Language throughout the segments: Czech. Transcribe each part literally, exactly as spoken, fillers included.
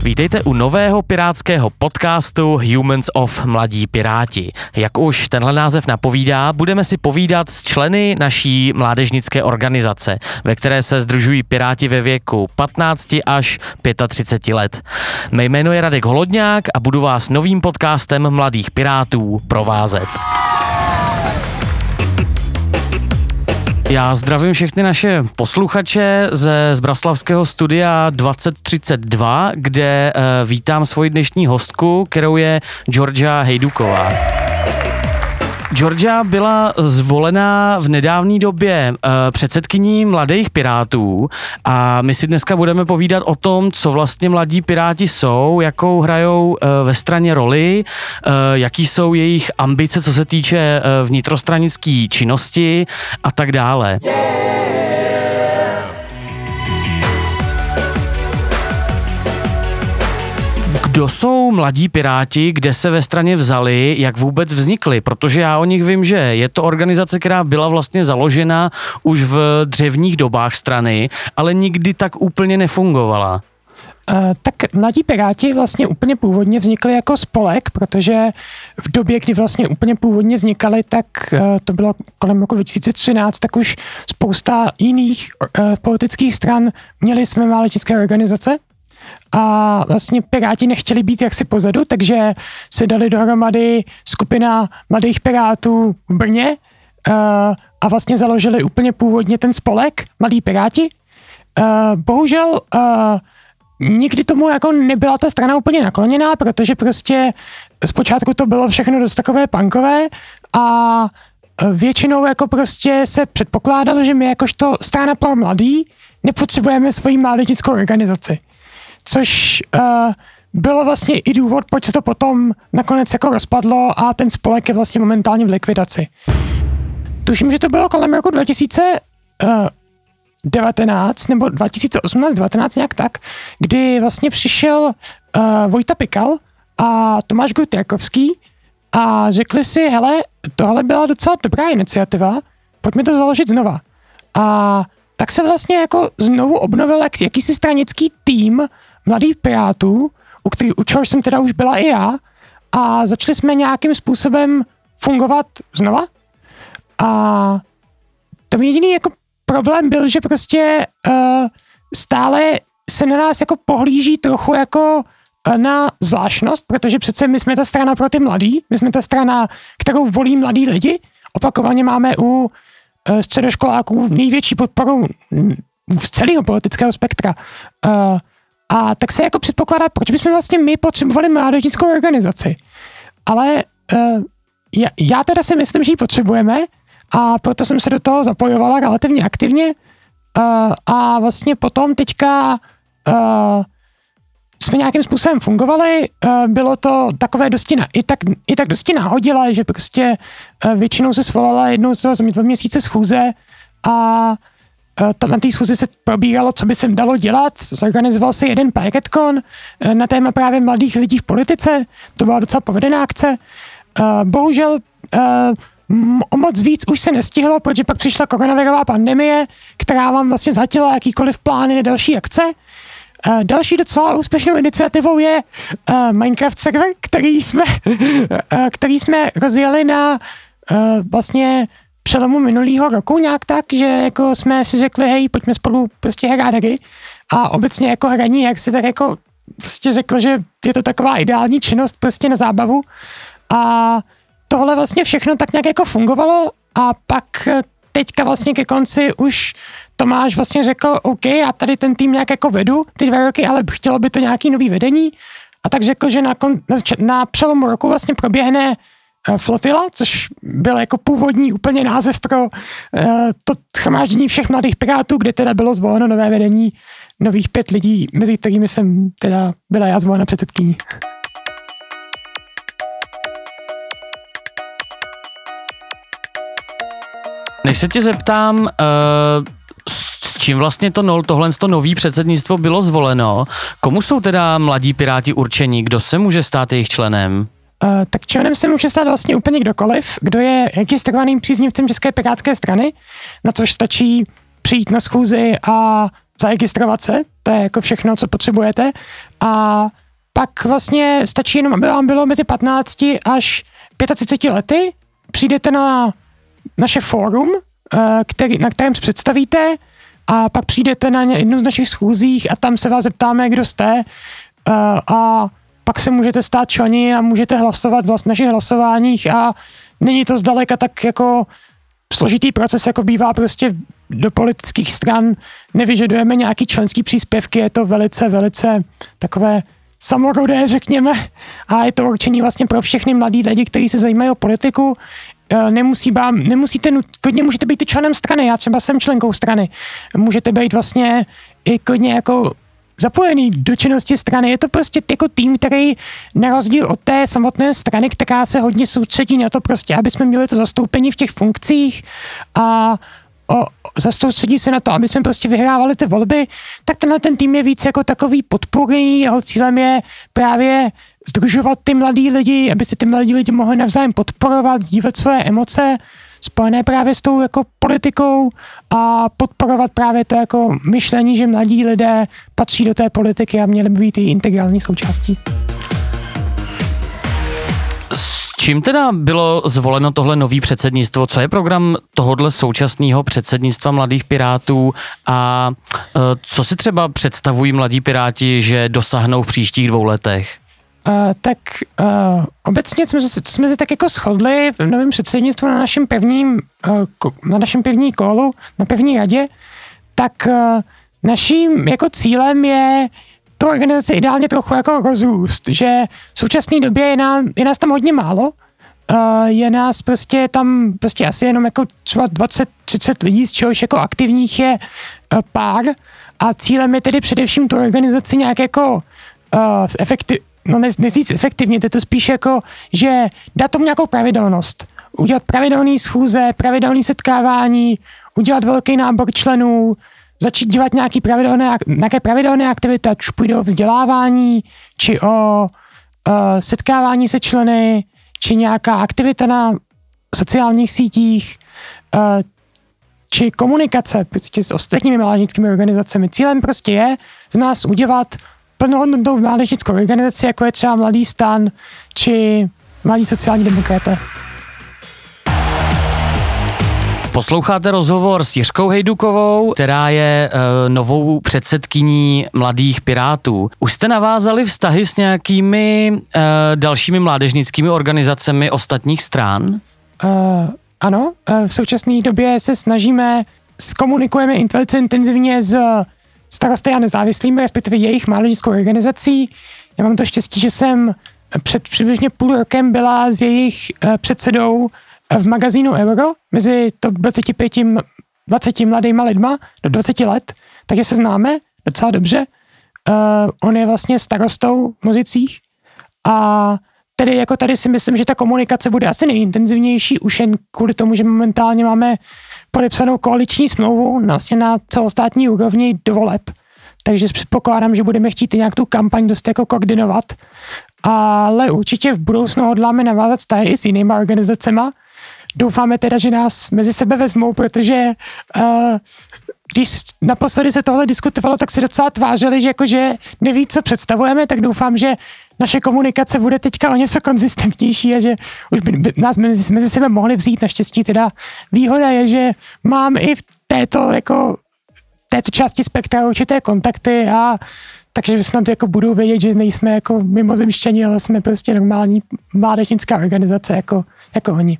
Vítejte u nového pirátského podcastu Humans of Mladí piráti. Jak už tenhle název napovídá, budeme si povídat s členy naší mládežnické organizace, ve které se sdružují piráti ve věku patnáct až třicet pět let. Mé jméno je Radek Holodňák a budu vás novým podcastem Mladých pirátů provázet. Já zdravím všechny naše posluchače ze Zbraslavského studia dvacet třicet dva, kde uh, vítám svoji dnešní hostku, kterou je Georgia Hejduková. Georgia byla zvolená v nedávné době uh, předsedkyní Mladých pirátů a my si dneska budeme povídat o tom, co vlastně Mladí piráti jsou, jakou hrajou uh, ve straně roli, uh, jaký jsou jejich ambice, co se týče uh, vnitrostranické činnosti a tak dále. Kdo jsou Mladí piráti, kde se ve straně vzali, jak vůbec vznikli? Protože já o nich vím, že je to organizace, která byla vlastně založena už v dřevních dobách strany, ale nikdy tak úplně nefungovala. Uh, tak Mladí piráti vlastně úplně původně vznikly jako spolek, protože v době, kdy vlastně úplně původně vznikaly, tak uh, to bylo kolem roku dva tisíce třináct, tak už spousta jiných uh, politických stran měly své mládežnické organizace. A vlastně Piráti nechtěli být jaksi pozadu, takže se dali dohromady skupina Mladých pirátů v Brně uh, a vlastně založili úplně původně ten spolek Mladí piráti. Uh, bohužel uh, nikdy tomu jako nebyla ta strana úplně nakloněná, protože prostě zpočátku to bylo všechno dost takové punkové a většinou jako prostě se předpokládalo, že my jakožto strana pro mladý nepotřebujeme svoji mládežnickou organizaci. Což uh, bylo vlastně i důvod, proč se to potom nakonec jako rozpadlo a ten spolek je vlastně momentálně v likvidaci. Tuším, že to bylo kolem roku dva tisíce devatenáct nebo dva tisíce osmnáct devatenáct nějak tak, kdy vlastně přišel uh, Vojta Pikal a Tomáš Gutjerkovský a řekli si, hele, tohle byla docela dobrá iniciativa, pojďme to založit znova. A tak se vlastně jako znovu obnovil jak, jakýsi stranický tým Mladých pirátů, u, který, u čehož jsem teda už byla i já, a začali jsme nějakým způsobem fungovat znova. A ten jediný jako problém byl, že prostě uh, stále se na nás jako pohlíží trochu jako uh, na zvláštnost, protože přece my jsme ta strana pro ty mladý, my jsme ta strana, kterou volí mladí lidi. Opakovaně máme u uh, středoškoláků největší podporu z celého politického spektra. Uh, A tak se jako předpokládá, proč bychom vlastně my potřebovali mládežnickou organizaci. Ale uh, já, já teda si myslím, že ji potřebujeme a proto jsem se do toho zapojovala relativně aktivně uh, a vlastně potom teďka uh, jsme nějakým způsobem fungovali, uh, bylo to takové dosti, na, i, tak, i tak dosti náhodilé, že prostě uh, většinou se svolala jednou za dva měsíce schůze a na té schůzi se probíralo, co by se dalo dělat. Zorganizoval se jeden piketkon na téma právě mladých lidí v politice. To byla docela povedená akce. Bohužel o moc víc už se nestihlo, protože pak přišla koronavirová pandemie, která vám vlastně zhatila jakýkoliv plány na další akce. Další docela úspěšnou iniciativou je Minecraft server, který jsme, který jsme rozjeli na vlastně přelomu minulýho roku nějak tak, že jako jsme si řekli, hej, pojďme spolu prostě hrát hry a obecně jako hraní, jak se tak jako prostě řekl, že je to taková ideální činnost prostě na zábavu a tohle vlastně všechno tak nějak jako fungovalo a pak teďka vlastně ke konci už Tomáš vlastně řekl, OK, já tady ten tým nějak jako vedu ty dva roky, ale chtělo by to nějaký nový vedení a tak řekl, že na, kon, na, na přelomu roku vlastně proběhne Flotila, což byl jako původní úplně název pro uh, to shromáždění všech Mladých pirátů, kde teda bylo zvoleno nové vedení nových pět lidí, mezi kterými jsem teda byla já zvolena předsedkyní. Než se tě zeptám, uh, s čím vlastně to nol, tohle to nový předsednictvo bylo zvoleno, komu jsou teda Mladí piráti určení, kdo se může stát jejich členem? Uh, tak členem se může stát vlastně úplně kdokoliv, kdo je registrovaným příznivcem České pirátské strany, na což stačí přijít na schůzi a zaregistrovat se. To je jako všechno, co potřebujete. A pak vlastně stačí jenom, aby vám bylo mezi patnácti až třiceti pěti lety, přijdete na naše fórum, který, na kterém se představíte a pak přijdete na jednu z našich schůzích a tam se vás zeptáme, kdo jste a pak se můžete stát členi a můžete hlasovat v našich hlasováních a není to zdaleka tak jako složitý proces, jako bývá prostě do politických stran. Nevyžadujeme nějaký členský příspěvky, je to velice, velice takové samorodé, řekněme, a je to určený vlastně pro všechny mladí lidi, kteří se zajímají o politiku. Nemusí vám, nemusíte, klidně můžete být i členem strany, já třeba jsem členkou strany. Můžete být vlastně i klidně jako zapojený do činnosti strany. Je to prostě jako tým, který na rozdíl od té samotné strany, která se hodně soustředí na to prostě, aby jsme měli to zastoupení v těch funkcích a o, zastoustředí se na to, aby jsme prostě vyhrávali ty volby, tak tenhle ten tým je víc jako takový podpůrný, jeho cílem je právě sdružovat ty mladí lidi, aby si ty mladí lidi mohli navzájem podporovat, sdílet svoje emoce, spojené právě s tou jako politikou a podporovat právě to jako myšlení, že mladí lidé patří do té politiky a měli by být její integrální součástí. S čím teda bylo zvoleno tohle nový předsednictvo? Co je program tohodle současného předsednictva Mladých pirátů a co si třeba představují mladí piráti, že dosáhnou v příštích dvou letech? Uh, tak uh, obecně jsme se, jsme se tak jako shodli v novém předsednictvu na našem prvním, uh, ko, na našem první kolu, na první radě, tak uh, naším jako cílem je tu organizaci ideálně trochu jako rozrůst, že v současné době je, nám, je nás tam hodně málo, uh, je nás prostě tam prostě asi jenom jako třeba dvacet třicet lidí, z čehož jako aktivních je uh, pár a cílem je tedy především tu organizaci nějak jako uh, efektiv, no ne, nezříct efektivně, to je to spíš jako, že dát tomu nějakou pravidelnost. Udělat pravidelný schůze, pravidelný setkávání, udělat velký nábor členů, začít dělat nějaký pravidelné, nějaké pravidelné aktivity, ať už půjde o vzdělávání, či o uh, setkávání se členy, či nějaká aktivita na sociálních sítích, uh, či komunikace prostě s ostatními mládežnickými organizacemi. Cílem prostě je z nás udělat plnohodnotnou mládežnickou organizaci, jako je třeba Mladý stan, či Mladí sociální demokraté. Posloucháte rozhovor s Jiřkou Hejdukovou, která je e, novou předsedkyní Mladých pirátů. Už jste navázali vztahy s nějakými e, dalšími mládežnickými organizacemi ostatních stran? Uh, ano, v současné době se snažíme, komunikujeme velice intenzivně s starosty a nezávislými, respektive jejich mládežnickou organizací. Já mám to štěstí, že jsem před přibližně půl rokem byla s jejich uh, předsedou v magazínu Euro mezi top dvaceti pěti, dvaceti mladýma lidma do dvaceti let, takže se známe docela dobře. Uh, on je vlastně starostou v Mozicích a tedy jako tady si myslím, že ta komunikace bude asi nejintenzivnější, už jen kvůli tomu, že momentálně máme podepsanou koaliční smlouvu vlastně na celostátní úrovni do voleb. Takže předpokládám, že budeme chtít nějak tu kampaň dost jako koordinovat, ale určitě v budoucnu hodláme navázat vztahy i s jinýma organizacema. Doufáme teda, že nás mezi sebe vezmou, protože uh, když naposledy se tohle diskutovalo, tak se docela tvářili, že jakože neví, co představujeme, tak doufám, že naše komunikace bude teďka o něco konzistentnější a že už by, by nás mezi, mezi sebe mohli vzít. Naštěstí teda výhoda je, že mám i v této, jako, této části spektra určité kontakty a takže snad jako budou vědět, že nejsme jako mimozemšťani, ale jsme prostě normální mládežnická organizace jako, jako oni.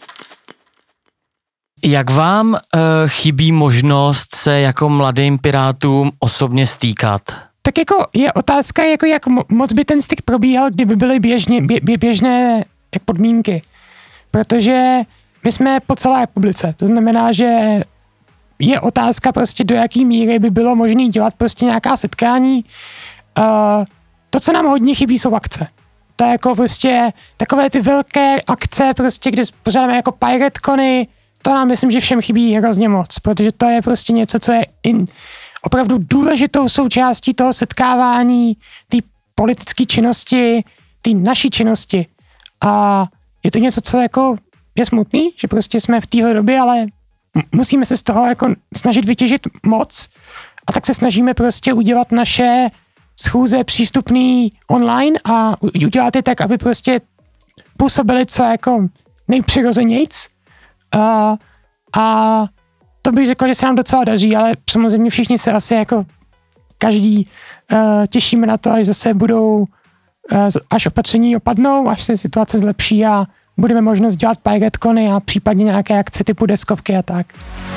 Jak vám uh, chybí možnost se jako mladým pirátům osobně stýkat? Tak jako je otázka, jako jak moc by ten styk probíhal, kdyby byly běžně, bě, běžné podmínky. Protože my jsme po celé republice. To znamená, že je otázka prostě do jaký míry by bylo možné dělat prostě nějaká setkání. Uh, to, co nám hodně chybí, jsou akce. To je jako prostě takové ty velké akce, prostě, kde pořádáme jako Pirate Cony, to nám myslím, že všem chybí hrozně moc, protože to je prostě něco, co je in, opravdu důležitou součástí toho setkávání, té politické činnosti, té naší činnosti. A je to něco, co jako je smutný, že prostě jsme v téhle době, ale musíme se z toho jako snažit vytěžit moc a tak se snažíme prostě udělat naše schůze přístupný online a udělat je tak, aby prostě působili co jako nejpřirozenějc. A, a to bych řekl, že se nám docela daří, ale samozřejmě všichni se asi jako každý uh, těšíme na to, až zase budou, uh, až opatření opadnou, až se situace zlepší a budeme možnost dělat Piratecony a případně nějaké akce typu deskovky a tak.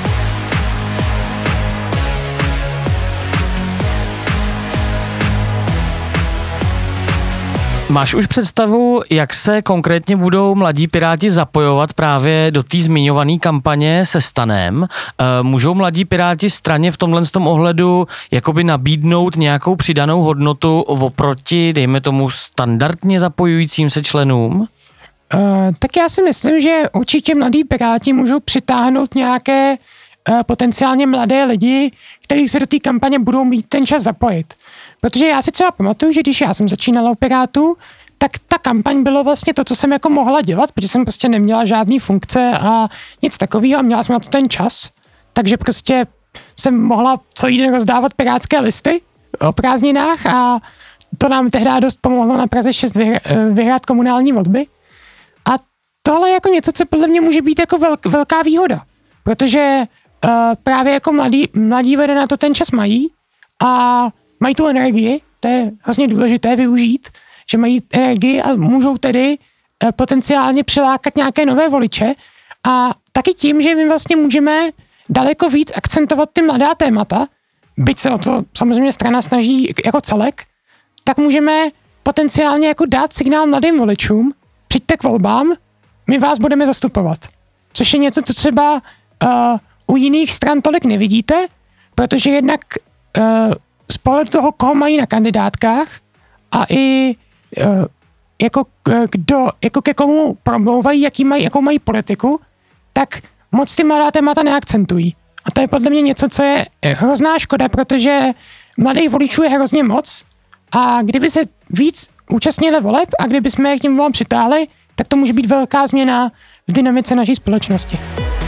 Máš už představu, jak se konkrétně budou mladí Piráti zapojovat právě do té zmiňované kampaně se STANem? Můžou mladí Piráti straně v tomhle tom ohledu jakoby nabídnout nějakou přidanou hodnotu oproti, dejme tomu, standardně zapojujícím se členům? Uh, tak já si myslím, že určitě mladí Piráti můžou přitáhnout nějaké uh, potenciálně mladé lidi, kteří se do té kampaně budou mít ten čas zapojit. Protože já si třeba pamatuju, že když já jsem začínala u Pirátů, tak ta kampaň bylo vlastně to, co jsem jako mohla dělat, protože jsem prostě neměla žádný funkce a nic takového a měla jsem na to ten čas. Takže prostě jsem mohla celý den rozdávat pirátské listy o prázdninách a to nám tehdy dost pomohlo na Praze šest vyhrát komunální volby. A tohle je jako něco, co podle mě může být jako velk, velká výhoda, protože uh, právě jako mladí, mladí lidé na to ten čas mají a mají tu energii, to je vlastně důležité využít, že mají energii a můžou tedy uh, potenciálně přilákat nějaké nové voliče a taky tím, že my vlastně můžeme daleko víc akcentovat ty mladá témata, byť se o to samozřejmě strana snaží jako celek, tak můžeme potenciálně jako dát signál mladým voličům, přijďte k volbám, my vás budeme zastupovat. Což je něco, co třeba uh, u jiných stran tolik nevidíte, protože jednak uh, z pohledu toho, koho mají na kandidátkách a i uh, jako, kdo, jako ke komu promlouvají, jaký mají, jakou mají politiku, tak moc ty mladá témata neakcentují. A to je podle mě něco, co je hrozná škoda, protože mladých voličů je hrozně moc a kdyby se víc účastnili voleb a kdyby jsme je k těm volám přitáhli, tak to může být velká změna v dynamice naší společnosti.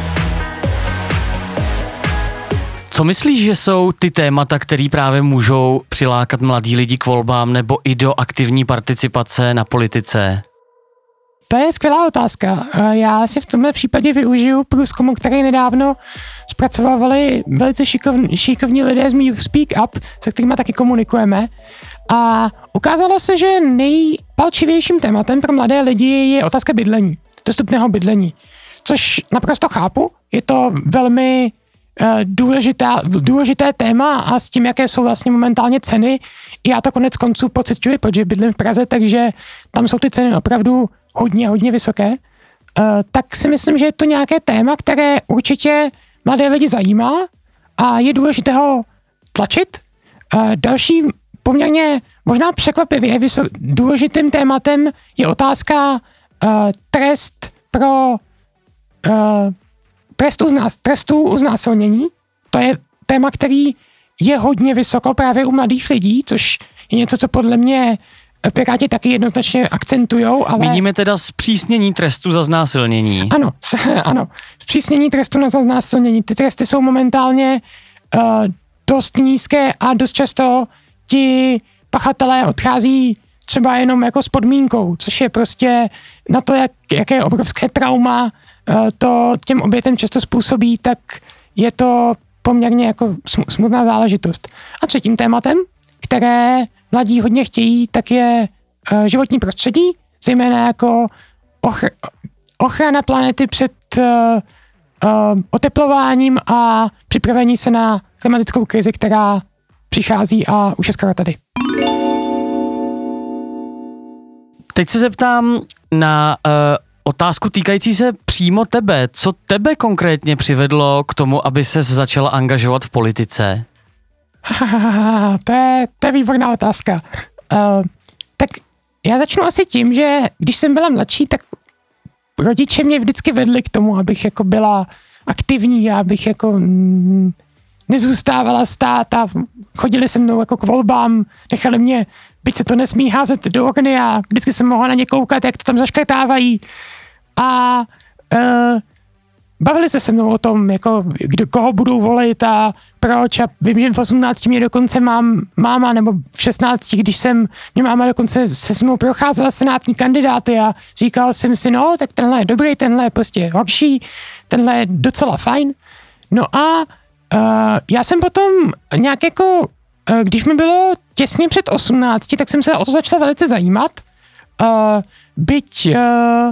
Co myslíš, že jsou ty témata, které právě můžou přilákat mladí lidi k volbám nebo i do aktivní participace na politice? To je skvělá otázka. Já si v tomhle případě využiju průzkumu, který nedávno zpracovávali velice šikovní, šikovní lidé z Youth Speak Up, se kterými taky komunikujeme. A ukázalo se, že nejpalčivějším tématem pro mladé lidi je otázka bydlení, dostupného bydlení. Což naprosto chápu, je to velmi uh, důležitá, důležité téma a s tím, jaké jsou vlastně momentálně ceny, já to konec konců pociťuji, protože bydlím v Praze, takže tam jsou ty ceny opravdu hodně, hodně vysoké. Uh, tak si myslím, že je to nějaké téma, které určitě mladé lidi zajímá a je důležité ho tlačit. Uh, další poměrně možná překvapivě vysok, důležitým tématem je otázka uh, trest pro uh, trest uznás, trestů uznásilnění. To je téma, který je hodně vysoko právě u mladých lidí, což je něco, co podle mě Piráti taky jednoznačně akcentujou, ale... Vidíme teda zpřísnění trestu za znásilnění. Ano, ano, zpřísnění trestu na znásilnění. Ty tresty jsou momentálně uh, dost nízké a dost často ti pachatelé odchází třeba jenom jako s podmínkou, což je prostě na to, jak, jaké obrovské trauma uh, to těm obětem často způsobí, tak je to poměrně jako smutná záležitost. A třetím tématem, které mladí hodně chtějí, tak je uh, životní prostředí, zejména jako ochr- ochrana planety před uh, uh, oteplováním a připravení se na klimatickou krizi, která přichází a už je skoro tady. Teď se zeptám na uh, otázku týkající se přímo tebe. Co tebe konkrétně přivedlo k tomu, aby ses začala angažovat v politice? to, je, to je výborná otázka. Uh, tak já začnu asi tím, že když jsem byla mladší, tak rodiče mě vždycky vedli k tomu, abych jako byla aktivní, abych jako mm, nezůstávala stát a chodili se mnou jako k volbám, nechali mě, byť se to nesmí házet do okny a vždycky jsem mohla na ně koukat, jak to tam zaškrtávají. A uh, bavili se se mnou o tom, jako kdo, koho budou volit a proč. A vím, že v osmnácti mě dokonce mám máma, nebo v šestnácti, když jsem, mě máma dokonce se s mnou procházela senátní kandidáty a říkal jsem si, no, tak tenhle je dobrý, tenhle je prostě horší, tenhle je docela fajn. No a uh, já jsem potom nějak jako, uh, když mi bylo těsně před osmnácti, tak jsem se o to začala velice zajímat. Uh, byť uh,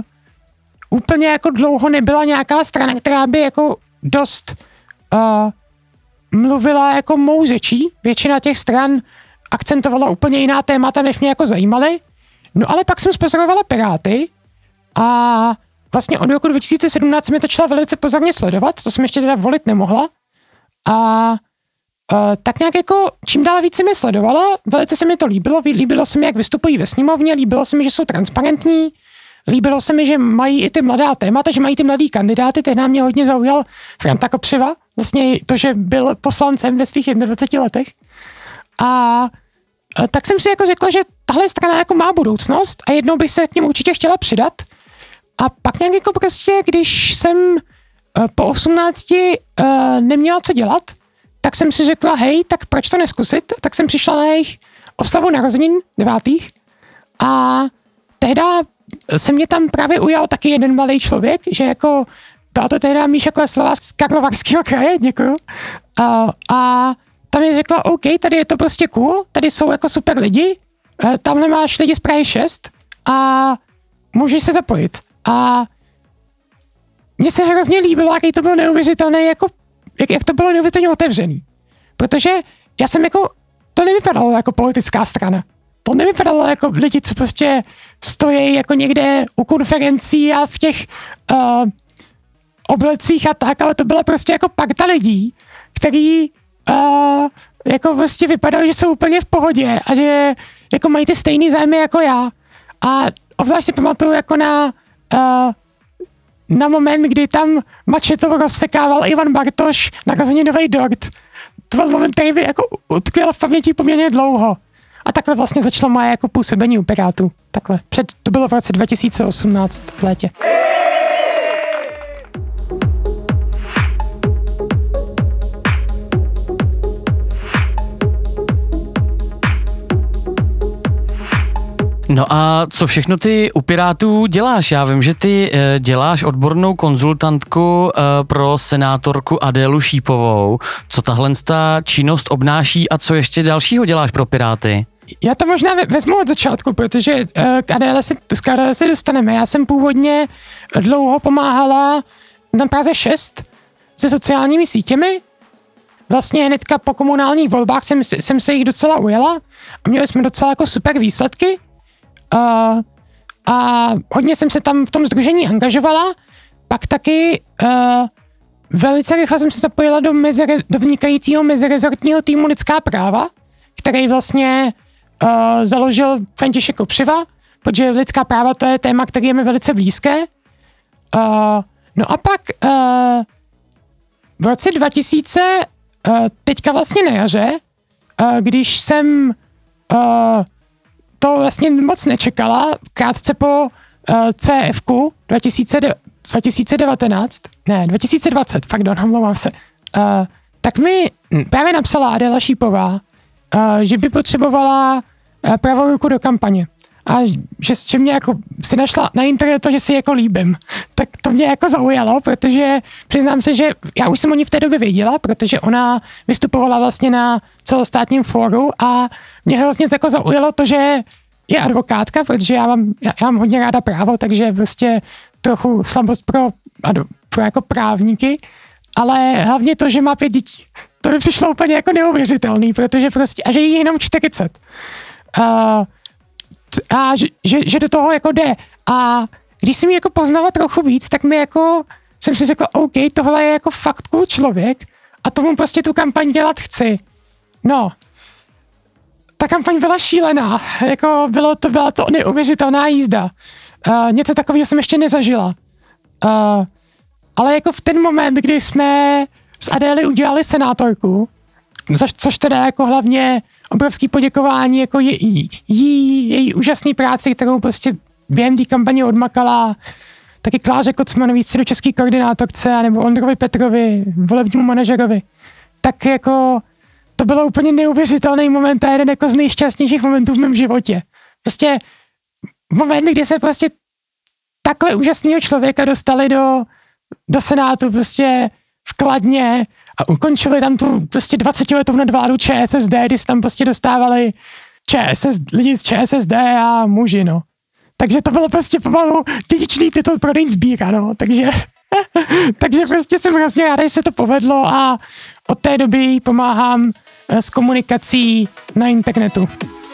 úplně jako dlouho nebyla nějaká strana, která by jako dost uh, mluvila jako mou řečí. Většina těch stran akcentovala úplně jiná témata, než mě jako zajímaly. No ale pak jsem spozorovala Piráty a vlastně od roku dva tisíce sedmnáct jsem je začala velice pozorně sledovat, to jsem ještě teda volit nemohla. A uh, tak nějak jako čím dál víc jsem je sledovala, velice se mi to líbilo, líbilo se mi, jak vystupují ve sněmovně, líbilo se mi, že jsou transparentní, líbilo se mi, že mají i ty mladá témata, že mají ty mladý kandidáty, tehdy mě hodně zaujal Franta Kopřiva, vlastně to, že byl poslancem ve svých dvaceti jedněch letech. A tak jsem si jako řekla, že tahle strana jako má budoucnost a jednou bych se k ním určitě chtěla přidat. A pak nějak jako prostě, když jsem po osmnácti neměla co dělat, tak jsem si řekla, hej, tak proč to neskusit? Tak jsem přišla na jejich oslavu narozenin devátých a tehdy se mě tam právě ujal taky jeden malý člověk, že jako byla to tehdy Míša Kleslová z Karlovarského kraje, děkuju. A, a tam mi řekla, OK, tady je to prostě cool, tady jsou jako super lidi, tamhle máš lidi z Prahy šest a můžeš se zapojit. A mně se hrozně líbilo, jaký to bylo neuvěřitelné, jako, jak, jak to bylo neuvěřitelně otevřený. Protože já jsem jako, to nevypadalo jako politická strana. To nevypadalo jako lidi, co prostě stojí jako někde u konferencí a v těch uh, oblecích a tak, ale to byla prostě jako parta lidí, který uh, jako vlastně vypadali, že jsou úplně v pohodě a že jako mají ty stejný zájmy jako já. A obzvlášť si pamatuju jako na uh, na moment, kdy tam mačetou rozsekával Ivan Bartoš narozeninový dort. To byl moment, který by jako utkvěl v paměti poměrně dlouho. A takhle vlastně začalo moje jako působení u Pirátů. Takhle. Před, to bylo v roce dva tisíce osmnáct v létě. No a co všechno ty u Pirátů děláš? Já vím, že ty e, děláš odbornou konzultantku e, pro senátorku Adélu Šípovou. Co tahle ta činnost obnáší a co ještě dalšího děláš pro Piráty? Já to možná vezmu od začátku, protože uh, k Adéle se, k Adéle se dostaneme. Já jsem původně dlouho pomáhala na Praze šest se sociálními sítěmi. Vlastně hnedka po komunálních volbách jsem, jsem se jich docela ujela a měli jsme docela jako super výsledky. Uh, a hodně jsem se tam v tom sdružení angažovala. Pak taky uh, velice rychle jsem se zapojila do, mezire, do vznikajícího mezirezortního týmu Lidská práva, který vlastně uh, založil František Kopřiva, protože lidská práva to je téma, který je mi velice blízké. Uh, no a pak uh, v roce dva tisíce, uh, teďka vlastně na jaře, uh, když jsem uh, to vlastně moc nečekala, krátce po uh, C F ku dva tisíce devatenáct, ne, dva tisíce dvacet, pardon, omlouvám se, uh, tak mi právě napsala Adéla Šípová, uh, že by potřebovala uh, pravou ruku do kampaně. A že, že mě jako si našla na internetu, že si jako líbím. Tak to mě jako zaujalo, protože přiznám se, že já už jsem o ní v té době věděla, protože ona vystupovala vlastně na celostátním fóru a mě hrozně jako zaujalo to, že je advokátka, protože já mám, já, já mám hodně ráda právo, takže prostě trochu slabost pro, pro jako právníky, ale hlavně to, že má pět dětí. To mi přišlo úplně jako neuvěřitelný, protože prostě, a že jí jenom čtyřicet. Uh, a že, že, že do toho jako jde. A když jsem ji jako poznala trochu víc, tak mi jako, jsem si řekla, OK, tohle je jako fakt cool člověk a tomu prostě tu kampaň dělat chci. No, ta kampaň byla šílená, jako bylo to, byla to neuvěřitelná jízda. Uh, něco takového jsem ještě nezažila. Uh, ale jako v ten moment, kdy jsme s Adély udělali senátorku, což, což teda jako hlavně obrovský poděkování jako je, jí, jí, její úžasný práci, kterou prostě během té kampaně odmakala, taky Kláře Kocmanový, středočeský koordinátorce, nebo Ondrovi Petrovi, volebnímu manažerovi. Tak jako to bylo úplně neuvěřitelný moment a jeden jako z nejšťastnějších momentů v mém životě. Prostě moment, kdy se prostě takhle úžasného člověka dostali do, do Senátu prostě v Kladně a ukončili tam tu prostě dvacetiletou nadvládu ČSSD, kdy se tam prostě dostávali ČSS, lidi z ČSSD a muži, no. Takže to bylo prostě pomalu dědičný titul pro Den sbíra, no. Takže, takže prostě jsem hrozně rád, že se to povedlo a od té doby pomáhám s komunikací na internetu.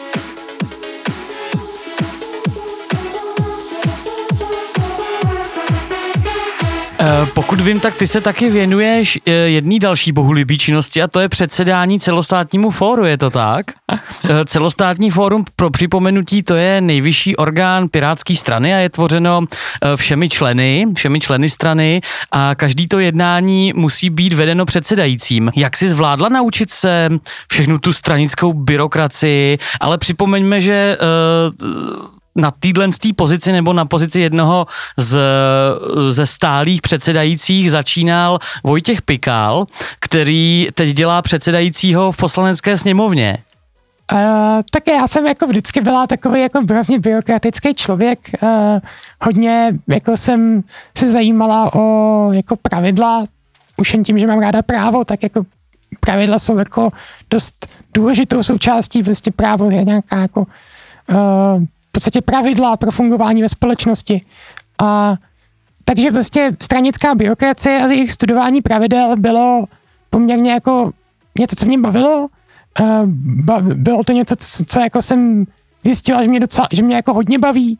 Pokud vím, tak ty se taky věnuješ jedné další bohulibý činnosti a to je předsedání celostátnímu fóru, je to tak? Celostátní fórum, pro připomenutí, to je nejvyšší orgán pirátské strany a je tvořeno všemi členy, všemi členy strany a každý to jednání musí být vedeno předsedajícím. Jak jsi zvládla naučit se všechnu tu stranickou byrokracii, ale připomeňme, že uh, na téhle pozici nebo na pozici jednoho z, ze stálých předsedajících začínal Vojtěch Pikal, který teď dělá předsedajícího v Poslanecké sněmovně. Uh, tak já jsem jako vždycky byla takový jako hrozně byrokratický člověk. Uh, hodně jako jsem se zajímala o jako pravidla, už jen tím, že mám ráda právo, tak jako pravidla jsou jako dost důležitou součástí, vlastně právo je nějaká jako uh, v podstatě pravidla pro fungování ve společnosti. A takže prostě stranická byrokracie a jejich studování pravidel bylo poměrně jako něco, co mě bavilo. Bylo to něco, co, co jako jsem zjistila, že mě, docela, že mě jako hodně baví.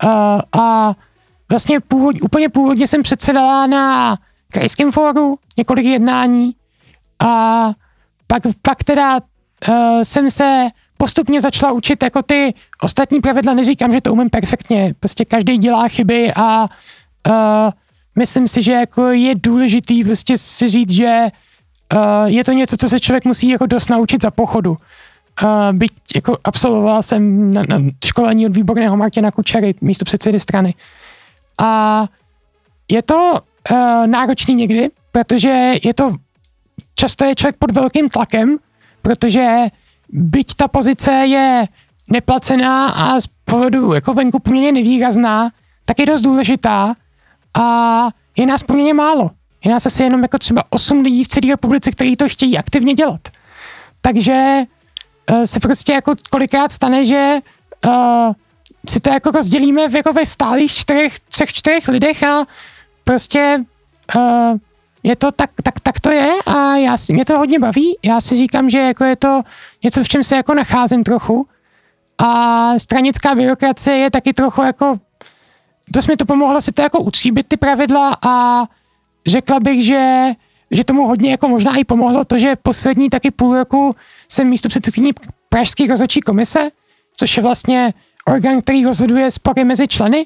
A vlastně původ, úplně původně jsem předsedala na krajském fóru několik jednání a pak, pak teda jsem se postupně začala učit jako ty ostatní pravidla, neříkám, že to umím perfektně, prostě každý dělá chyby a uh, myslím si, že jako je důležitý prostě si říct, že uh, je to něco, co se člověk musí jako dost naučit za pochodu. Uh, byť jako absolvovala jsem na, na školení od výborného Martina Kučery, místo předsedy strany. A je to uh, náročný někdy, protože je to, často je člověk pod velkým tlakem, protože byť ta pozice je neplacená a z pohledu jako venku poměrně nevýrazná, tak je dost důležitá a je nás poměrně málo. Je nás asi jenom jako třeba osm lidí v celé republice, kteří to chtějí aktivně dělat. Takže uh, se prostě jako kolikrát stane, že uh, si to jako rozdělíme v jako ve stálých čtyřech, třech, čtyřech lidech a prostě uh, je to tak, tak, tak to je a já si, mě to hodně baví. Já si říkám, že jako je to něco, v čem se jako nacházím trochu. A stranická byrokracie je taky trochu jako, dost mi to pomohlo si to jako utříbit ty pravidla a řekla bych, že, že tomu hodně jako možná i pomohlo to, že poslední taky půl roku jsem místopředsedkyní Pražské rozhodčí komise, což je vlastně orgán, který rozhoduje spory mezi členy.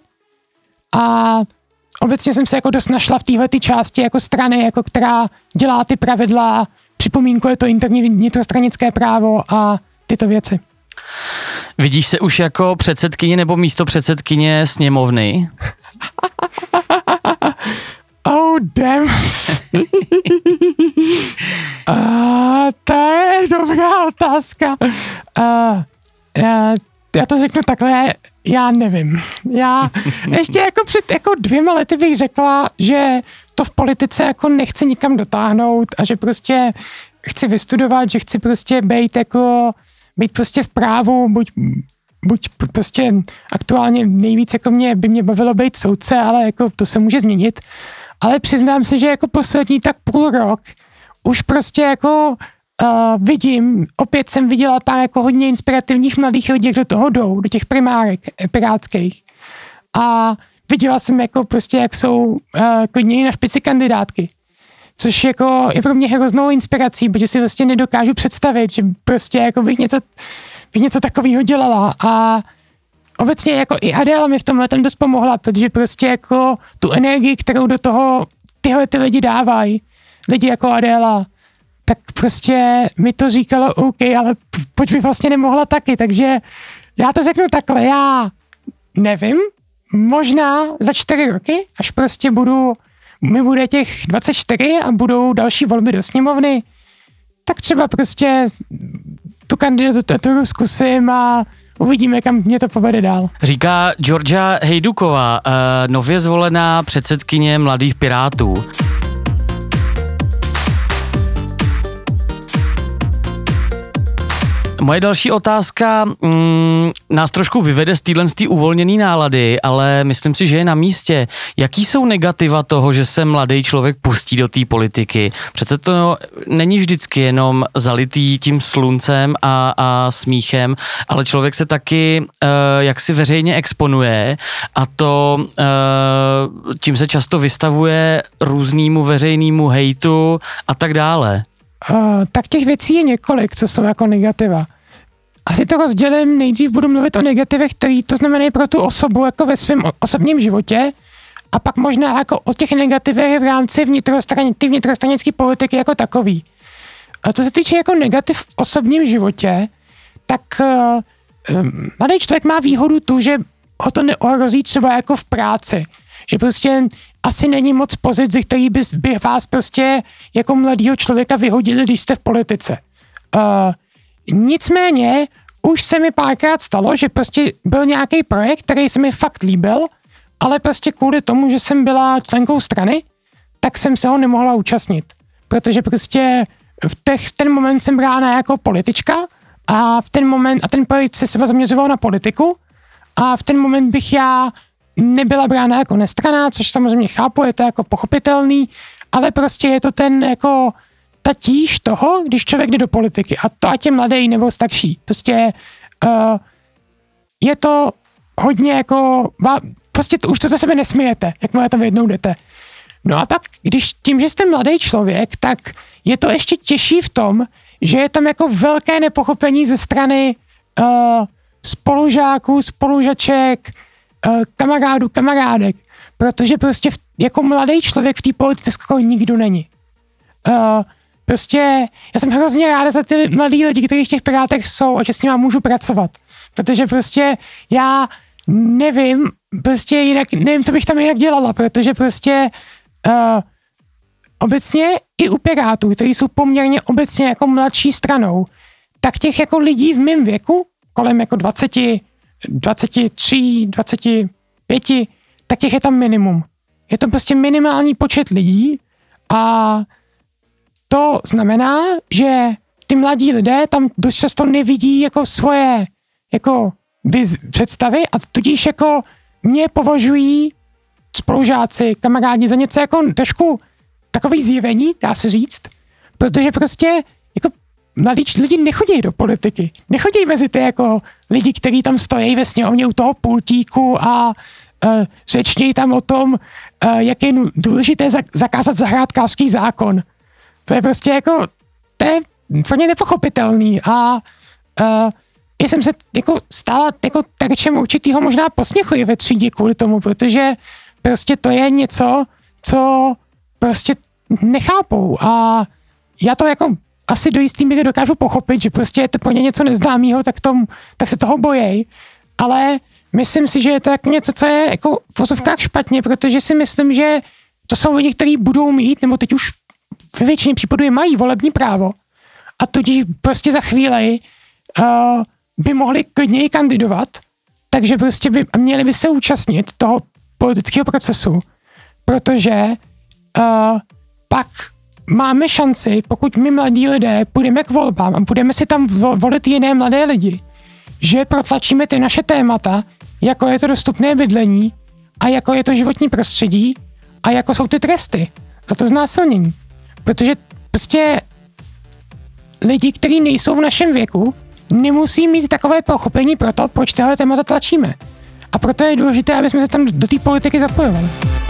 A obecně jsem se jako dost našla v téhleté části jako strany, jako která dělá ty pravidla, připomínkuje to interní vnitrostranické právo a tyto věci. Vidíš se už jako předsedkyně nebo místopředsedkyně sněmovny? Oh damn. uh, to je dobrá otázka. Uh, uh, já to řeknu takhle, já nevím. Já ještě jako před jako dvěma lety bych řekla, že to v politice jako nechci nikam dotáhnout a že prostě chci vystudovat, že chci prostě být jako, být prostě v právu, buď, buď prostě aktuálně nejvíc jako mě, by mě bavilo být soudce, ale jako to se může změnit. Ale přiznám se, že jako poslední tak půl rok už prostě jako Uh, vidím, opět jsem viděla tam jako hodně inspirativních mladých lidí, kdo do toho jdou, do těch primárek pirátských. A viděla jsem jako prostě, jak jsou uh, klidně i na špici kandidátky. Což jako je pro mě hroznou inspirací, protože si vlastně nedokážu představit, že prostě jako bych něco, bych něco takového dělala. A obecně jako i Adéla mi v tomhle tam dost pomohla, protože prostě jako tu energii, kterou do toho tyhle ty lidi dávají, lidi jako Adéla, tak prostě mi to říkalo OK, ale proč by vlastně nemohla taky, takže já to řeknu takhle, já nevím, možná za čtyři roky, až prostě budu, mi bude těch dvacet čtyři a budou další volby do sněmovny, tak třeba prostě tu kandidaturu zkusím a uvidíme, kam mě to povede dál. Říká Georgia Hejduková, nově zvolená předsedkyně Mladých pirátů. Moje další otázka mm, nás trošku vyvede z téhle uvolněné nálady, ale myslím si, že je na místě. Jaký jsou negativa toho, že se mladý člověk pustí do té politiky? Přece to není vždycky jenom zalitý tím sluncem a, a smíchem, ale člověk se taky uh, jaksi veřejně exponuje a to uh, tím se často vystavuje různému veřejnému hejtu a tak dále. Uh, tak těch věcí je několik, co jsou jako negativa. Asi to rozdělím, nejdřív budu mluvit o negativech, který to znamená pro tu osobu jako ve svém osobním životě a pak možná jako o těch negativech v rámci vnitrostran, ty vnitrostranické politiky jako takový. A co se týče jako negativ v osobním životě, tak uh, mladý člověk má výhodu tu, že ho to neohrozí třeba jako v práci. Že prostě asi není moc pozic, ze který by, by vás prostě jako mladýho člověka vyhodili, když jste v politice. Uh, nicméně už se mi párkrát stalo, že prostě byl nějaký projekt, který se mi fakt líbil, ale prostě kvůli tomu, že jsem byla členkou strany, tak jsem se ho nemohla účastnit. Protože prostě v, těch, v ten moment jsem brána jako politička a v ten moment, a ten projekt se seba zaměřoval na politiku a v ten moment bych já nebyla brána jako nestraná, což samozřejmě chápu, je to jako pochopitelný, ale prostě je to ten jako ta tíž toho, když člověk jde do politiky a to ať je mladý nebo starší. Prostě uh, je to hodně jako, prostě to, už to za sebe nesmějete, jakmile tam jednou jdete. No a tak, když tím, že jste mladý člověk, tak je to ještě těžší v tom, že je tam jako velké nepochopení ze strany uh, spolužáků, spolužaček, kamarádů, kamarádek, protože prostě v, jako mladý člověk v té politice skoro nikdo není. Uh, prostě já jsem hrozně ráda za ty mladý lidi, kteří v těch Pirátech jsou a že s nimi můžu pracovat, protože prostě já nevím, prostě jinak, nevím, co bych tam jinak dělala, protože prostě uh, obecně i u Pirátů, kteří jsou poměrně obecně jako mladší stranou, tak těch jako lidí v mém věku, kolem jako dvacet, dvacet tři, dvacet pět, tak těch je tam minimum. Je to prostě minimální počet lidí a to znamená, že ty mladí lidé tam dost často nevidí jako svoje jako viz, představy a tudíž jako mě považují spolužáci, kamarádi za něco jako trošku takový zjevení, dá se říct, protože prostě jako mladí lidi nechodí do politiky, nechodí mezi ty jako lidi, kteří tam stojí ve sněmovně u toho pultíku a uh, řečnějí tam o tom, uh, jak je důležité za- zakázat zahrádkářský zákon. To je prostě jako, to je úplně nepochopitelný a uh, já jsem se jako stala jako terčem určitýho možná posměchu ve třídě kvůli tomu, protože prostě to je něco, co prostě nechápou a já to jako asi do jistý míry dokážu pochopit, že prostě je to pro ně něco neznámého, tak, tom, tak se toho bojí, ale myslím si, že je to jako něco, co je jako v vozovkách špatně, protože si myslím, že to jsou lidi, kteří budou mít, nebo teď už ve většině případů mají volební právo a tudíž prostě za chvíli uh, by mohli klidněji kandidovat, takže prostě by měli by se účastnit toho politického procesu, protože uh, pak máme šanci, pokud my mladí lidé půjdeme k volbám a budeme si tam volit jiné mladé lidi, že protlačíme ty naše témata, jako je to dostupné bydlení a jako je to životní prostředí a jako jsou ty tresty za to znásilnění. Protože prostě lidi, kteří nejsou v našem věku, nemusí mít takové pochopení pro to, proč tyhle témata tlačíme. A proto je důležité, aby jsme se tam do té politiky zapojovali.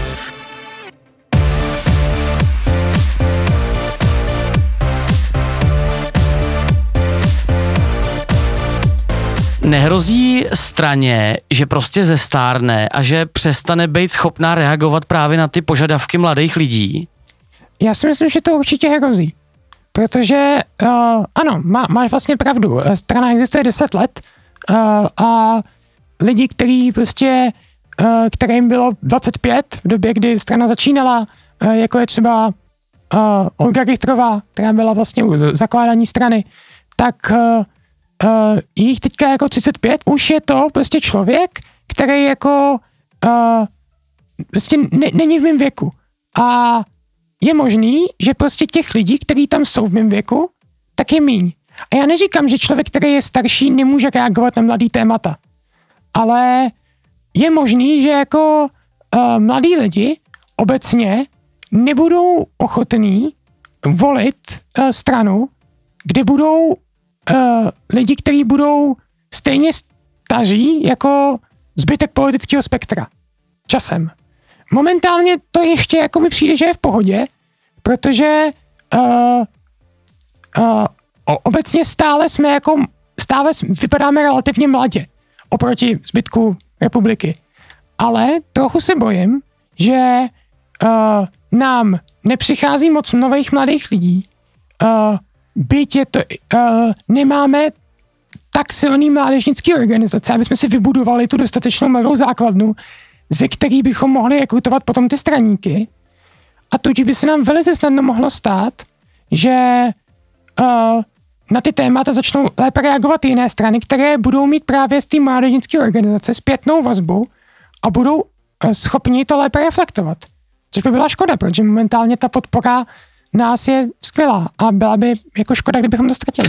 Nehrozí straně, že prostě zestárne a že přestane být schopná reagovat právě na ty požadavky mladých lidí? Já si myslím, že to určitě hrozí. Protože, uh, ano, má, máš vlastně pravdu. Strana existuje deset let uh, a lidi, kteří prostě kterým bylo dvacet pět v době, kdy strana začínala, jako je třeba Olga Richtrová, která byla vlastně u zakládání strany, tak jich teďka jako třicet pět. Už je to prostě člověk, který jako prostě ne, není v mém věku. A je možný, že prostě těch lidí, kteří tam jsou v mém věku, tak je míň. A já neříkám, že člověk, který je starší, nemůže reagovat na mladý témata. Ale je možný, že jako uh, mladí lidi obecně nebudou ochotní volit uh, stranu, kde budou uh, lidi, kteří budou stejně staří jako zbytek politického spektra. Časem. Momentálně to ještě jako mi přijde, že je v pohodě, protože uh, uh, obecně stále jsme jako, stále vypadáme relativně mladě oproti zbytku republiky. Ale trochu se bojím, že uh, nám nepřichází moc nových mladých lidí. Uh, byť je to, uh, nemáme tak silný mládežnický organizace, aby jsme si vybudovali tu dostatečnou mladou základnu, ze který bychom mohli rekrutovat potom ty straníky. A tudíž by se nám velice snadno mohlo stát, že uh, na ty témata začnou lépe reagovat jiné strany, které budou mít právě z té mládežnické organizace zpětnou vazbu a budou uh, schopni to lépe reflektovat. Což by byla škoda, protože momentálně ta podpora nás je skvělá a byla by jako škoda, kdybychom to ztratili.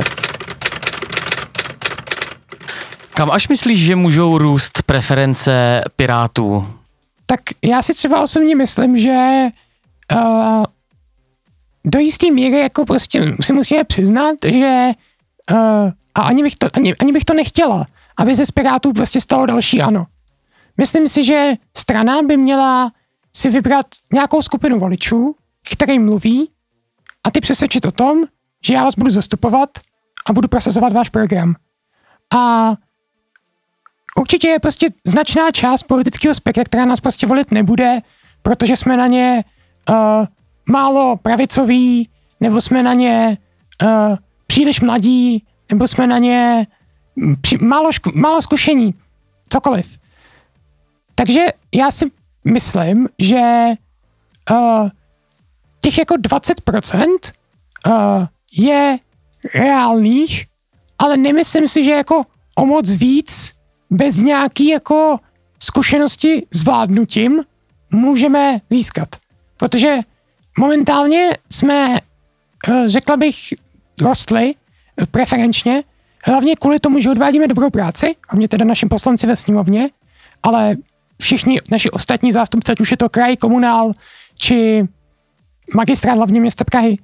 Kam až myslíš, že můžou růst preference Pirátů? Tak já si třeba osobně myslím, že uh, do jistý míry jako prostě si musíme přiznat, že uh, a ani bych, to, ani, ani bych to nechtěla, aby se z Pirátů prostě stalo další ANO. Myslím si, že strana by měla si vybrat nějakou skupinu voličů, který mluví a ty přesvědčit o tom, že já vás budu zastupovat a budu prosazovat váš program. A určitě je prostě značná část politického spektra, která nás prostě volit nebude, protože jsme na ně uh, málo pravicoví, nebo jsme na ně uh, příliš mladí, nebo jsme na ně při, málo, šku, málo zkušení, cokoliv. Takže já si myslím, že uh, těch jako dvacet procent uh, je reálných, ale nemyslím si, že jako o moc víc bez nějaký jako zkušenosti s vládnutím můžeme získat. Protože momentálně jsme, řekla bych, rostli preferenčně, hlavně kvůli tomu, že odvádíme dobrou práci, a mě teda naši poslanci ve sněmovně, ale všichni naši ostatní zástupci, ať už je to kraj, komunál, či magistrát hlavně města Prahy.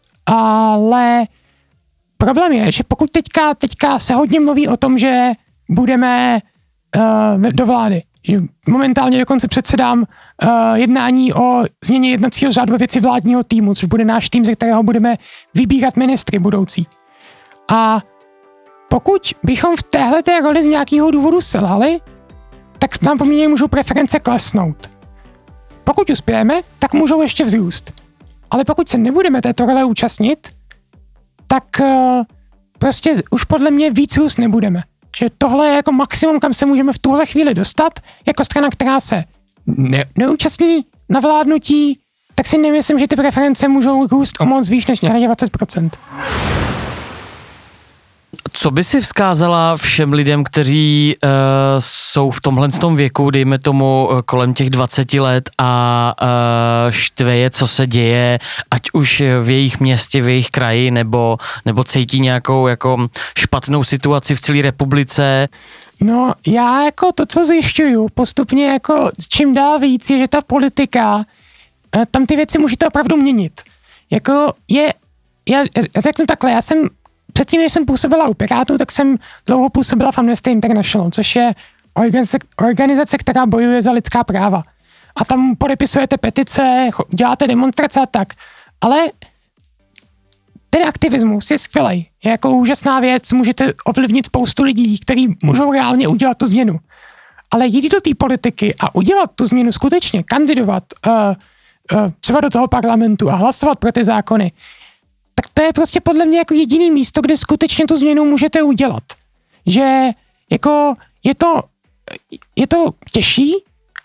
Ale problém je, že pokud teďka, teďka se hodně mluví o tom, že budeme uh, do vlády, že momentálně dokonce předsedám uh, jednání o změně jednacího řádu ve věci vládního týmu, což bude náš tým, ze kterého budeme vybírat ministry budoucí. A pokud bychom v téhleté roli z nějakého důvodu selhali, tak nám poměrně můžou preference klesnout. Pokud uspějeme, tak můžou ještě vzrůst. Ale pokud se nebudeme této role účastnit, tak uh, prostě už podle mě víc růst nebudeme. Že tohle je jako maximum, kam se můžeme v tuhle chvíli dostat, jako strana, která se ne- neúčastní na vládnutí, tak si nemyslím, že ty preference můžou růst o moc výš než dvacet procent. Co by si vzkázala všem lidem, kteří uh, jsou v tomhle tom věku, dejme tomu uh, kolem těch dvaceti let a uh, štve je, co se děje, ať už v jejich městě, v jejich kraji, nebo, nebo cítí nějakou jako špatnou situaci v celé republice? No, já jako to, co zjišťuju postupně jako čím dál víc, je, že ta politika, uh, tam ty věci můžete opravdu měnit. Jako je, já, já řeknu takhle, já jsem předtím, než jsem působila u Pirátů, tak jsem dlouho působila v Amnesty International, což je organizace, organizace, která bojuje za lidská práva. A tam podepisujete petice, děláte demonstrace a tak. Ale ten aktivismus je skvělý. Je jako úžasná věc, můžete ovlivnit spoustu lidí, kteří můžou reálně udělat tu změnu. Ale jít do té politiky a udělat tu změnu skutečně, kandidovat uh, uh, třeba do toho parlamentu a hlasovat pro ty zákony, tak to je prostě podle mě jako jediný místo, kde skutečně tu změnu můžete udělat. Že jako je to, je to těžší,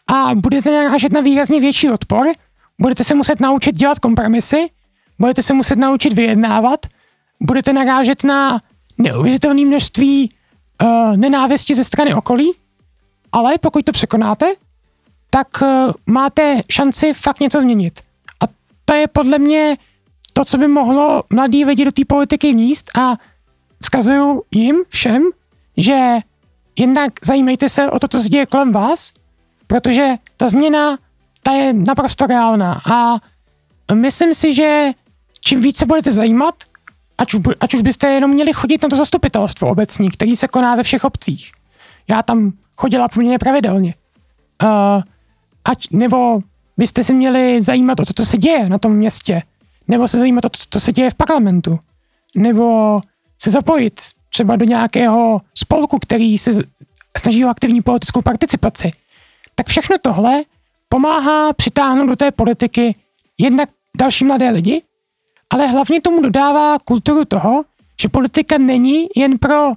a budete narážet na výrazně větší odpor, budete se muset naučit dělat kompromisy, budete se muset naučit vyjednávat, budete narážet na neuvěřitelné množství uh, nenávisti ze strany okolí, ale pokud to překonáte, tak uh, máte šanci fakt něco změnit. A to je podle mě to, co by mohlo mladí lidi do té politiky vníst a vzkazuju jim všem, že jednak zajímejte se o to, co se děje kolem vás, protože ta změna, ta je naprosto reálná a myslím si, že čím více budete zajímat, ať už, ať už byste jenom měli chodit na to zastupitelstvo obecní, který se koná ve všech obcích. Já tam chodila poměrně pravidelně. Uh, ať, nebo byste si měli zajímat o to, co se děje na tom městě, nebo se zajímat o to, co se děje v parlamentu, nebo se zapojit třeba do nějakého spolku, který se snaží o aktivní politickou participaci. Tak všechno tohle pomáhá přitáhnout do té politiky jednak další mladé lidi, ale hlavně tomu dodává kulturu toho, že politika není jen pro uh,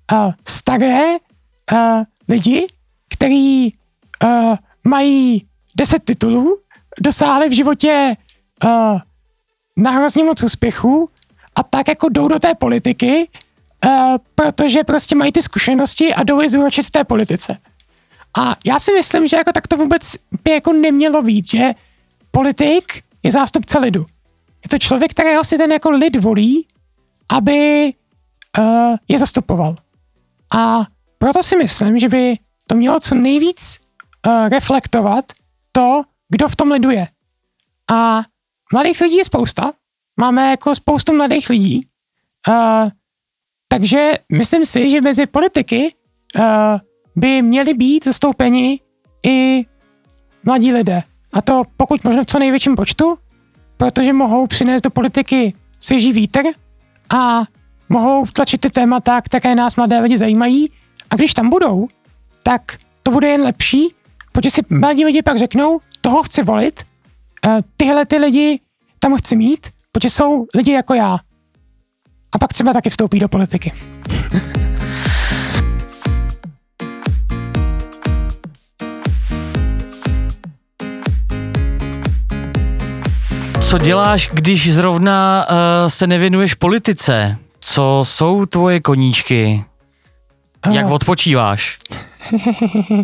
staré uh, lidi, kteří uh, mají deset titulů, dosáhli v životě uh, na hrozně moc úspěchů a tak jako jdou do té politiky, uh, protože prostě mají ty zkušenosti a jdou je zúročit v té politice. A já si myslím, že jako tak to vůbec by jako nemělo být, že politik je zástupce lidu. Je to člověk, kterého si ten jako lid volí, aby uh, je zastupoval. A proto si myslím, že by to mělo co nejvíc uh, reflektovat to, kdo v tom lidu je. A mladých lidí je spousta. Máme jako spoustu mladých lidí. Uh, takže myslím si, že mezi politiky uh, by měli být zastoupeni i mladí lidé. A to pokud možno v co největším počtu, protože mohou přinést do politiky svěží vítr a mohou tlačit ty témata, které nás mladé lidi zajímají. A když tam budou, tak to bude jen lepší, protože si mladí lidi pak řeknou, toho chci volit, tyhle ty lidi tam chci mít, protože jsou lidi jako já. A pak třeba taky vstoupí do politiky. Co děláš, když zrovna uh, se nevěnuješ politice? Co jsou tvoje koníčky? Uh. Jak odpočíváš? uh,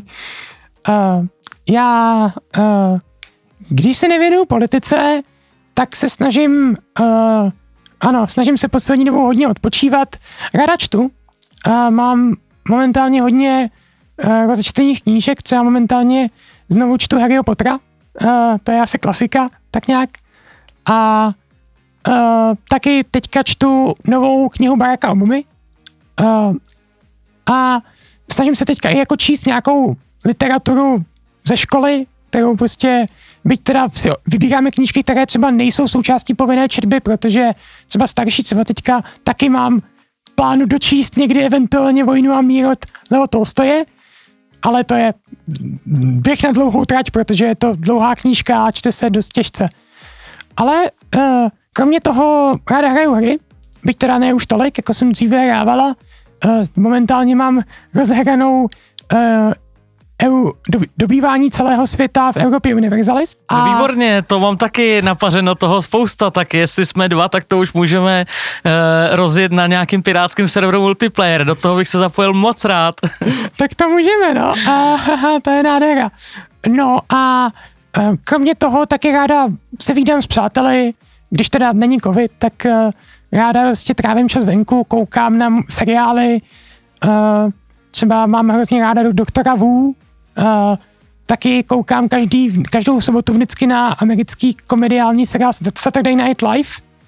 já, uh, když se nevěnuju politice, tak se snažím, uh, ano, snažím se poslední dobou hodně odpočívat. Ráda čtu. Uh, mám momentálně hodně uh, rozečtených knížek, třeba momentálně znovu čtu Harryho Pottera. Uh, to je asi klasika, tak nějak. A uh, taky teďka čtu novou knihu Baracka Obamy. Uh, a snažím se teďka i jako číst nějakou literaturu ze školy, kterou prostě, byť teda si vybíráme knížky, které třeba nejsou součástí povinné četby, protože třeba starší, třeba teďka taky mám plánu dočíst někdy eventuálně Vojnu a mír od Leo Tolstoje, ale to je běh na dlouhou trať, protože je to dlouhá knížka a čte se dost těžce. Ale uh, kromě toho ráda hraju hry, byť teda ne už tolik, jako jsem dříve hrávala. Uh, momentálně mám rozhranou uh, EU, dob, dobývání celého světa v Evropě Universalis. A... No výborně, to mám taky napařeno toho spousta, tak jestli jsme dva, tak to už můžeme uh, rozjet na nějakým pirátským serveru multiplayer, do toho bych se zapojil moc rád. Tak to můžeme, no. A, to je nádhera. No a uh, kromě toho taky ráda se vídám s přáteli, když teda není covid, tak uh, ráda vlastně trávím čas venku, koukám na seriály, uh, třeba mám hrozně ráda do Doktora Wu, Uh, taky koukám každý, každou sobotu vždycky na americký komediální seriál Saturday Night Live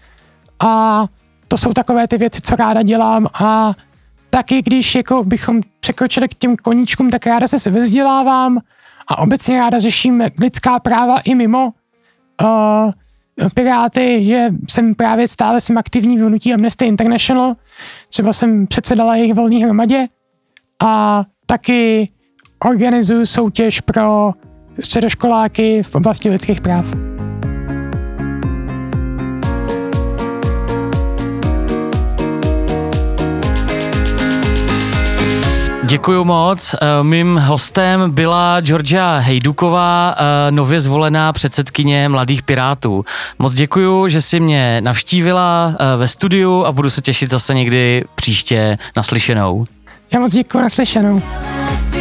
a to jsou takové ty věci, co ráda dělám a taky, když jako bychom překročili k těm koníčkům, tak ráda se sebevzdělávám a obecně ráda řeším lidská práva i mimo uh, Piráty, že jsem právě stále jsem aktivní v hnutí Amnesty International, třeba jsem předsedala jejich volné hromadě a taky organizuju soutěž pro středoškoláky v oblasti lidských práv. Děkuju moc. Mým hostem byla Georgia Hejduková, nově zvolená předsedkyně Mladých pirátů. Moc děkuju, že jsi mě navštívila ve studiu a budu se těšit zase někdy příště naslyšenou. Já moc děkuju, naslyšenou.